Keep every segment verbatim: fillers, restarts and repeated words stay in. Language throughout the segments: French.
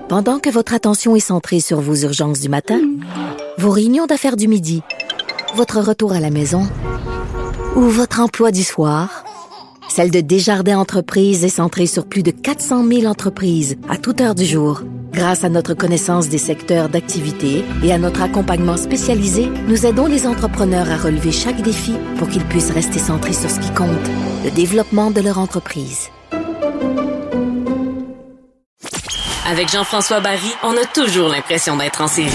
Pendant que votre attention est centrée sur vos urgences du matin, vos réunions d'affaires du midi, votre retour à la maison ou votre emploi du soir, celle de Desjardins Entreprises est centrée sur plus de quatre cent mille entreprises à toute heure du jour. Grâce à notre connaissance des secteurs d'activité et à notre accompagnement spécialisé, nous aidons les entrepreneurs à relever chaque défi pour qu'ils puissent rester centrés sur ce qui compte, le développement de leur entreprise. Avec Jean-François Barry, on a toujours l'impression d'être en série.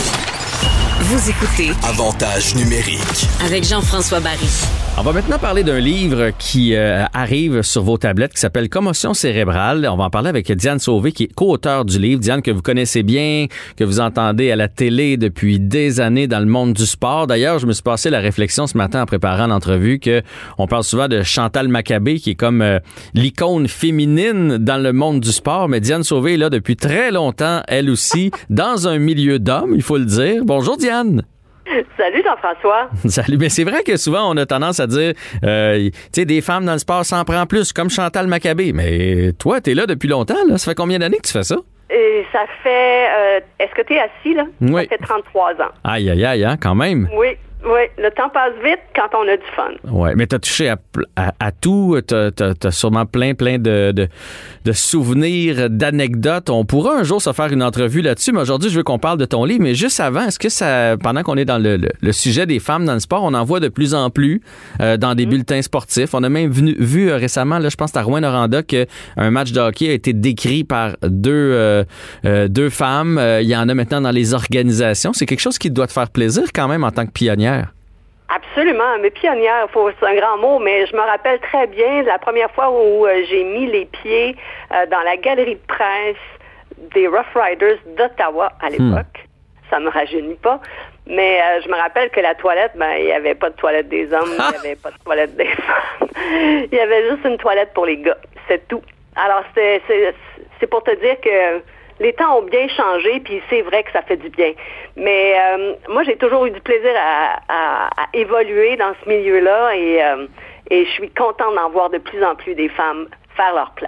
Vous écoutez Avantage numérique avec Jean-François Barry. On va maintenant parler d'un livre qui euh, arrive sur vos tablettes qui s'appelle Commotion cérébrale. On va en parler avec Diane Sauvé qui est co-auteure du livre. Diane, que vous connaissez bien, que vous entendez à la télé depuis des années dans le monde du sport. D'ailleurs, je me suis passé la réflexion ce matin en préparant l'entrevue que on parle souvent de Chantal Maccabé qui est comme euh, l'icône féminine dans le monde du sport. Mais Diane Sauvé est là depuis très longtemps, elle aussi, dans un milieu d'hommes, il faut le dire. Bonjour Diane. Salut Jean-François. Salut. Mais c'est vrai que souvent, on a tendance à dire, euh, tu sais, des femmes dans le sport s'en prend plus, comme Chantal Maccabé. Mais toi, t'es là depuis longtemps, là. Ça fait combien d'années que tu fais ça? Et ça fait... Euh, est-ce que t'es assis, là? Oui. Ça fait trente-trois ans. Aïe, aïe, aïe, hein, quand même. Oui, oui. Le temps passe vite quand on a du fun. Oui, mais t'as touché à, à, à tout. T'as, t'as, t'as sûrement plein, plein de, de, de souvenirs, d'anecdotes. On pourra un jour se faire une entrevue là-dessus, mais aujourd'hui, je veux qu'on parle de ton livre. Mais juste avant, est-ce que ça, pendant qu'on est dans le, le, le sujet des femmes dans le sport, on en voit de plus en plus euh, dans des mmh. bulletins sportifs. On a même vu, vu euh, récemment, là, je pense à Rouyn-Noranda, qu'un match de hockey a été décrit par deux, euh, euh, deux femmes. Euh, il y en a maintenant dans les organisations. C'est quelque chose qui doit te faire plaisir quand même en tant que pionnière. Absolument, mais pionnière, faut, c'est un grand mot, mais je me rappelle très bien la première fois où euh, j'ai mis les pieds euh, dans la galerie de presse des Rough Riders d'Ottawa à l'époque. Hmm. Ça me rajeunit pas, mais euh, je me rappelle que la toilette, ben il y avait pas de toilette des hommes, il y avait pas de toilette des femmes, il y avait juste une toilette pour les gars, c'est tout. Alors c'est c'est, c'est pour te dire que les temps ont bien changé, puis c'est vrai que ça fait du bien. Mais euh, moi, j'ai toujours eu du plaisir à, à, à évoluer dans ce milieu-là et, euh, et je suis contente d'en voir de plus en plus des femmes faire leur place.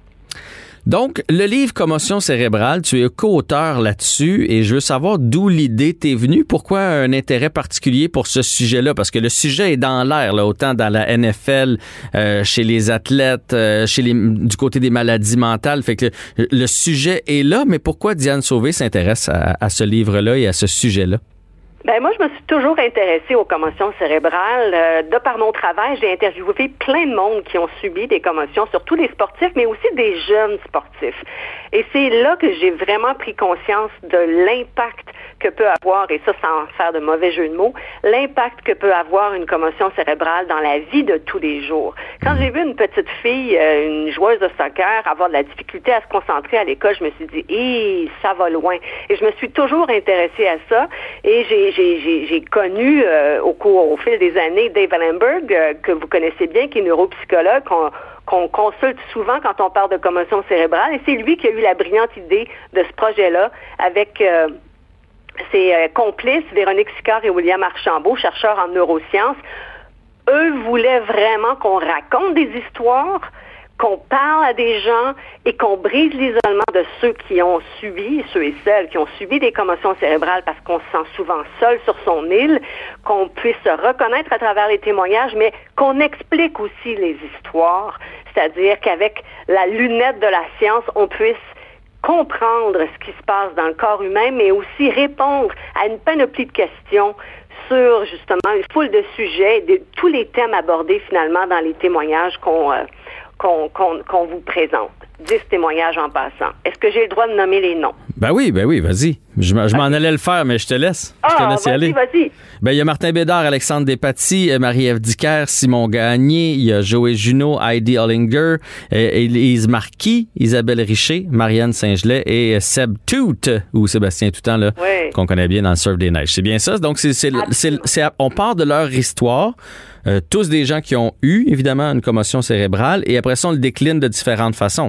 Donc, le livre Commotion cérébrale, tu es co-auteur là-dessus et je veux savoir d'où l'idée t'est venue. Pourquoi un intérêt particulier pour ce sujet-là? Parce que le sujet est dans l'air, là, autant dans la N F L, euh, chez les athlètes, euh, chez les, du côté des maladies mentales. Fait que le, le sujet est là, mais pourquoi Diane Sauvé s'intéresse à, à ce livre-là et à ce sujet-là? Ben moi, je me suis toujours intéressée aux commotions cérébrales. Euh, de par mon travail, j'ai interviewé plein de monde qui ont subi des commotions, surtout les sportifs, mais aussi des jeunes sportifs. Et c'est là que j'ai vraiment pris conscience de l'impact que peut avoir, et ça sans faire de mauvais jeu de mots, l'impact que peut avoir une commotion cérébrale dans la vie de tous les jours. Quand j'ai vu une petite fille, une joueuse de soccer, avoir de la difficulté à se concentrer à l'école, je me suis dit, hé, ça va loin. Et je me suis toujours intéressée à ça, et j'ai J'ai, j'ai, j'ai connu euh, au cours, au fil des années, Dave Ellenberg, euh, que vous connaissez bien, qui est neuropsychologue, qu'on, qu'on consulte souvent quand on parle de commotion cérébrale. Et c'est lui qui a eu la brillante idée de ce projet-là avec euh, ses euh, complices, Véronique Sicard et William Archambault, chercheurs en neurosciences. Eux voulaient vraiment qu'on raconte des histoires, qu'on parle à des gens et qu'on brise l'isolement de ceux qui ont subi, ceux et celles qui ont subi des commotions cérébrales parce qu'on se sent souvent seul sur son île, qu'on puisse se reconnaître à travers les témoignages, mais qu'on explique aussi les histoires, c'est-à-dire qu'avec la lunette de la science, on puisse comprendre ce qui se passe dans le corps humain, mais aussi répondre à une panoplie de questions sur justement une foule de sujets, de tous les thèmes abordés finalement dans les témoignages qu'on... Euh, Qu'on, qu'on, qu'on vous présente. Dix témoignages en passant. Est-ce que j'ai le droit de nommer les noms? Ben oui, ben oui, vas-y. Je, je okay. m'en allais le faire, mais je te laisse. Je ah, te laisse y vas-y, aller. vas-y. Ben, il y a Martin Bédard, Alexandre Despatie, Marie-Ève Dicker, Simon Gagné, il y a Joël Junot, Heidi Hollinger, Élise Marquis, Isabelle Richer, Marianne Saint-Gelais et Seb Tout, ou Sébastien Toutan, là, oui. qu'on connaît bien dans le Surf des Neiges. C'est bien ça? Donc, c'est, c'est, c'est, c'est, on part de leur histoire. Euh, tous des gens qui ont eu, évidemment, une commotion cérébrale, et après ça, on le décline de différentes façons.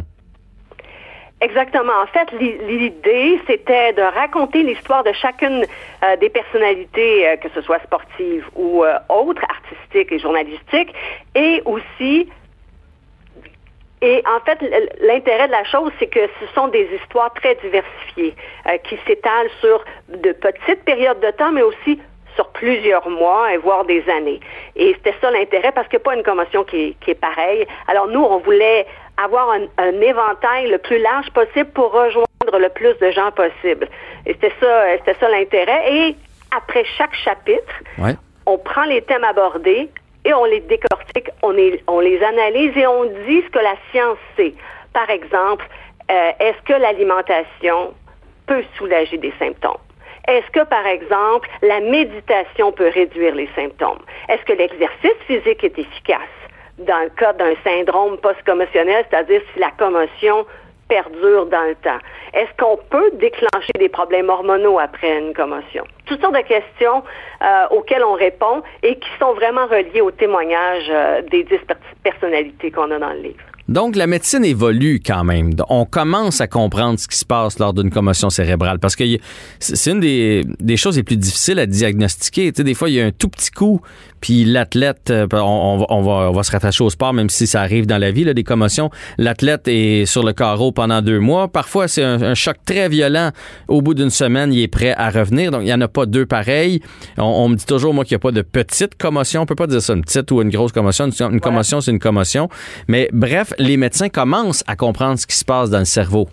Exactement. En fait, l'idée, c'était de raconter l'histoire de chacune euh, des personnalités, euh, que ce soit sportives ou euh, autres, artistiques et journalistiques, et aussi Et en fait, l'intérêt de la chose, c'est que ce sont des histoires très diversifiées euh, qui s'étalent sur de petites périodes de temps, mais aussi sur plusieurs mois et voire des années. Et c'était ça l'intérêt, parce qu'il n'y a pas une commotion qui est, qui est pareille. Alors nous, on voulait avoir un, un éventail le plus large possible pour rejoindre le plus de gens possible. Et c'était ça, c'était ça l'intérêt. Et après chaque chapitre, ouais. on prend les thèmes abordés et on les décortique, on les, on les analyse et on dit ce que la science sait. Par exemple, euh, est-ce que l'alimentation peut soulager des symptômes? Est-ce que, par exemple, la méditation peut réduire les symptômes? Est-ce que l'exercice physique est efficace dans le cas d'un syndrome post-commotionnel, c'est-à-dire si la commotion perdure dans le temps? Est-ce qu'on peut déclencher des problèmes hormonaux après une commotion? Toutes sortes de questions euh, auxquelles on répond et qui sont vraiment reliées au témoignage euh, des dix personnalités qu'on a dans le livre. Donc, la médecine évolue quand même. On commence à comprendre ce qui se passe lors d'une commotion cérébrale parce que c'est une des, des choses les plus difficiles à diagnostiquer. Tu sais, des fois, il y a un tout petit coup, puis l'athlète, on, on, on, va, on va se rattacher au sport, même si ça arrive dans la vie, là, des commotions. L'athlète est sur le carreau pendant deux mois. Parfois, c'est un, un choc très violent. Au bout d'une semaine, il est prêt à revenir. Donc, il n'y en a pas deux pareils. On, on me dit toujours, moi, qu'il n'y a pas de petite commotion. On peut pas dire ça, une petite ou une grosse commotion. Une, une commotion, c'est une commotion. Mais bref, les médecins commencent à comprendre ce qui se passe dans le cerveau.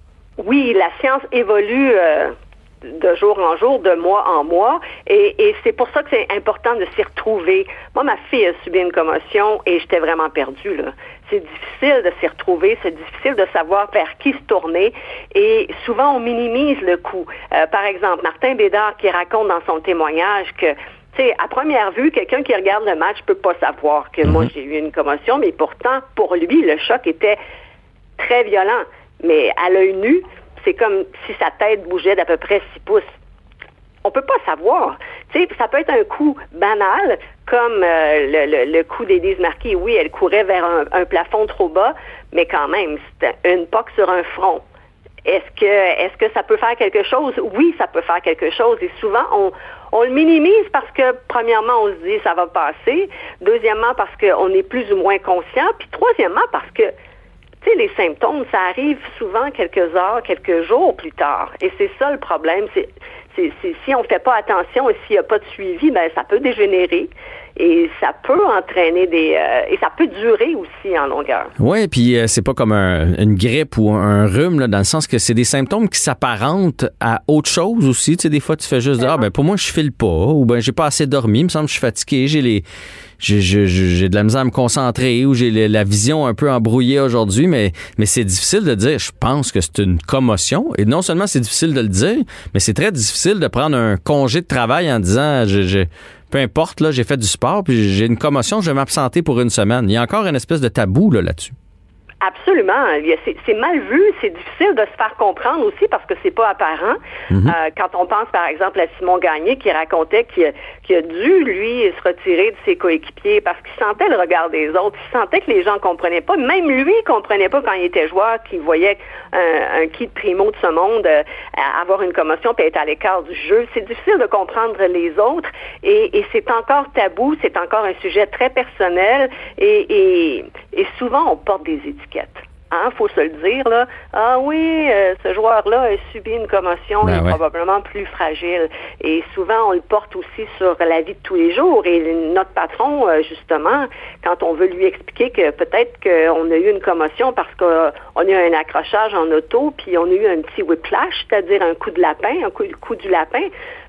Oui, la science évolue euh, de jour en jour, de mois en mois, et, et c'est pour ça que c'est important de s'y retrouver. Moi, ma fille a subi une commotion et j'étais vraiment perdue, là. C'est difficile de s'y retrouver, c'est difficile de savoir vers qui se tourner, et souvent on minimise le coût. Euh, par exemple, Martin Bédard qui raconte dans son témoignage que tu sais, à première vue, quelqu'un qui regarde le match peut pas savoir que mm-hmm. moi, j'ai eu une commotion, mais pourtant, pour lui, le choc était très violent. Mais à l'œil nu, c'est comme si sa tête bougeait d'à peu près six pouces. On peut pas savoir. Tu sais, ça peut être un coup banal, comme euh, le, le, le coup d'Élise Marquis. Oui, elle courait vers un, un plafond trop bas, mais quand même, c'était une poque sur un front. Est-ce que est-ce que ça peut faire quelque chose? Oui, ça peut faire quelque chose. Et souvent, on, on le minimise parce que, premièrement, on se dit ça va passer. Deuxièmement, parce qu'on est plus ou moins conscient. Puis troisièmement, parce que, tu sais, les symptômes, ça arrive souvent quelques heures, quelques jours plus tard. Et c'est ça le problème. C'est, c'est, c'est si on ne fait pas attention et s'il n'y a pas de suivi, ben ça peut dégénérer. Et ça peut entraîner des... Euh, et ça peut durer aussi en longueur. Oui, puis euh, c'est pas comme un, une grippe ou un rhume, là, dans le sens que c'est des symptômes qui s'apparentent à autre chose aussi. Tu sais, des fois, tu fais juste dire, ah, ben pour moi, je file pas, ou ben j'ai pas assez dormi, il me semble que je suis fatigué, j'ai les... J'ai, j'ai, j'ai de la misère à me concentrer ou j'ai la vision un peu embrouillée aujourd'hui, mais, mais c'est difficile de dire, je pense que c'est une commotion. Et non seulement c'est difficile de le dire, mais c'est très difficile de prendre un congé de travail en disant, je, je, peu importe, là, j'ai fait du sport, puis j'ai une commotion, je vais m'absenter pour une semaine. Il y a encore une espèce de tabou là, là-dessus. Absolument. C'est, c'est mal vu, c'est difficile de se faire comprendre aussi parce que c'est pas apparent. Mm-hmm. Euh, quand on pense, par exemple, à Simon Gagné qui racontait qu'il a, qu'il a dû, lui, se retirer de ses coéquipiers parce qu'il sentait le regard des autres, il sentait que les gens comprenaient pas. Même lui comprenait pas quand il était joueur, qu'il voyait un, un kid primo de ce monde euh, avoir une commotion puis être à l'écart du jeu. C'est difficile de comprendre les autres et, et c'est encore tabou, c'est encore un sujet très personnel et, et, et souvent on porte des étiquettes. Hein, faut se le dire, là. Ah oui, euh, ce joueur-là a subi une commotion, ben il est ouais. probablement plus fragile. Et souvent, on le porte aussi sur la vie de tous les jours. Et notre patron, euh, justement, quand on veut lui expliquer que peut-être qu'on a eu une commotion parce qu'on a eu un accrochage en auto, puis on a eu un petit whiplash, c'est-à-dire un coup de lapin, un coup, coup du lapin,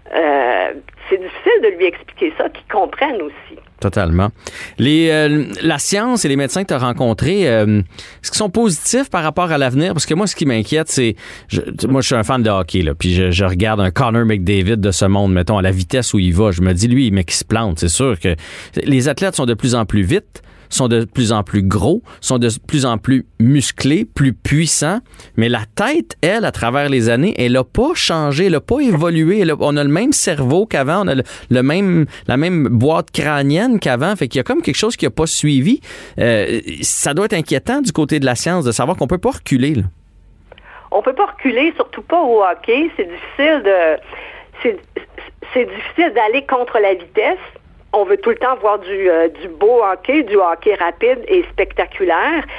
euh, c'est difficile de lui expliquer ça, qu'il comprenne aussi. Totalement. Les, euh, la science et les médecins que tu as rencontrés, euh, est-ce qu'ils sont positifs par rapport à l'avenir? Parce que moi, ce qui m'inquiète, c'est... Je, moi, je suis un fan de hockey, là, puis je, je regarde un Connor McDavid de ce monde, mettons, à la vitesse où il va. Je me dis, lui, mais qu'il se plante. C'est sûr que les athlètes sont de plus en plus vite, sont de plus en plus gros, sont de plus en plus musclés, plus puissants, mais la tête, elle, à travers les années, elle n'a pas changé, elle n'a pas évolué. Elle a, on a le même cerveau qu'avant, on a le, le même, la même boîte crânienne qu'avant, fait qu'il y a comme quelque chose qui n'a pas suivi. Euh, ça doit être inquiétant du côté de la science de savoir qu'on peut pas reculer, là. On peut pas reculer, surtout pas au hockey. C'est difficile de... C'est, c'est difficile d'aller contre la vitesse. On veut tout le temps voir du, euh, du beau hockey, du hockey rapide et spectaculaire.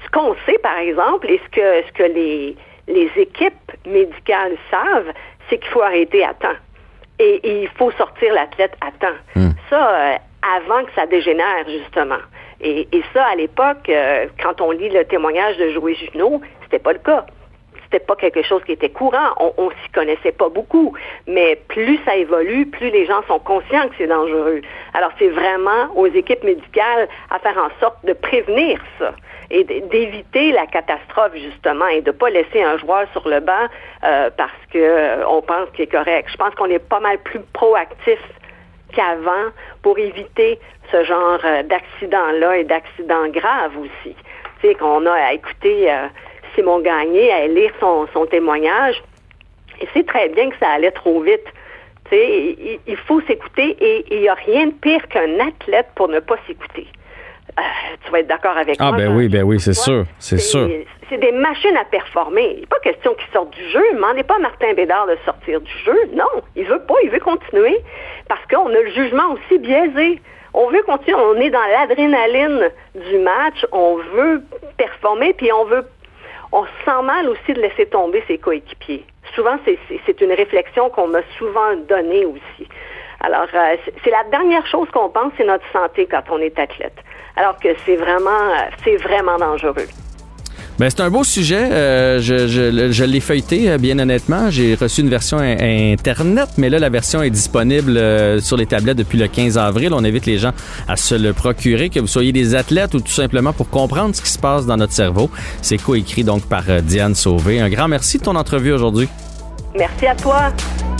ce qu'on sait, par exemple, et ce que, ce que les, les équipes médicales savent, c'est qu'il faut arrêter à temps. Et, et il faut sortir l'athlète à temps. Mmh. Ça, euh, avant que ça dégénère, justement. Et, et ça, à l'époque, euh, quand on lit le témoignage de Joey Junot, c'était pas le cas. C'était pas quelque chose qui était courant. On, on s'y connaissait pas beaucoup. Mais plus ça évolue, plus les gens sont conscients que c'est dangereux. Alors, c'est vraiment aux équipes médicales à faire en sorte de prévenir ça et d'éviter la catastrophe, justement, et de pas laisser un joueur sur le banc euh, parce que euh, on pense qu'il est correct. Je pense qu'on est pas mal plus proactif qu'avant pour éviter ce genre euh, d'accident-là et d'accidents graves aussi. Tu sais, qu'on a à écouter euh, Simon Gagné, à lire son, son témoignage, et c'est très bien que ça allait trop vite. Tu sais, il, il faut s'écouter et il n'y a rien de pire qu'un athlète pour ne pas s'écouter. Euh, tu vas être d'accord avec ah, moi. Ah, ben oui, ben oui, c'est sûr, c'est, c'est sûr. C'est des machines à performer. Il n'est pas question qu'ils sortent du jeu. Ne demandez pas à Martin Bédard de sortir du jeu. Non, il veut pas, il veut continuer parce qu'on a le jugement aussi biaisé. On veut continuer, on est dans l'adrénaline du match, on veut performer, puis on veut, on se sent mal aussi de laisser tomber ses coéquipiers. Souvent, c'est, c'est, c'est une réflexion qu'on m'a souvent donnée aussi. Alors, euh, c'est, c'est la dernière chose qu'on pense, c'est notre santé quand on est athlète. Alors que c'est vraiment, c'est vraiment dangereux. Ben, c'est un beau sujet. Euh, je, je, je l'ai feuilleté, bien honnêtement. J'ai reçu une version Internet, mais là, la version est disponible euh, sur les tablettes depuis le quinze avril. On invite les gens à se le procurer, que vous soyez des athlètes ou tout simplement pour comprendre ce qui se passe dans notre cerveau. C'est coécrit donc par euh, Diane Sauvé. Un grand merci de ton entrevue aujourd'hui. Merci à toi.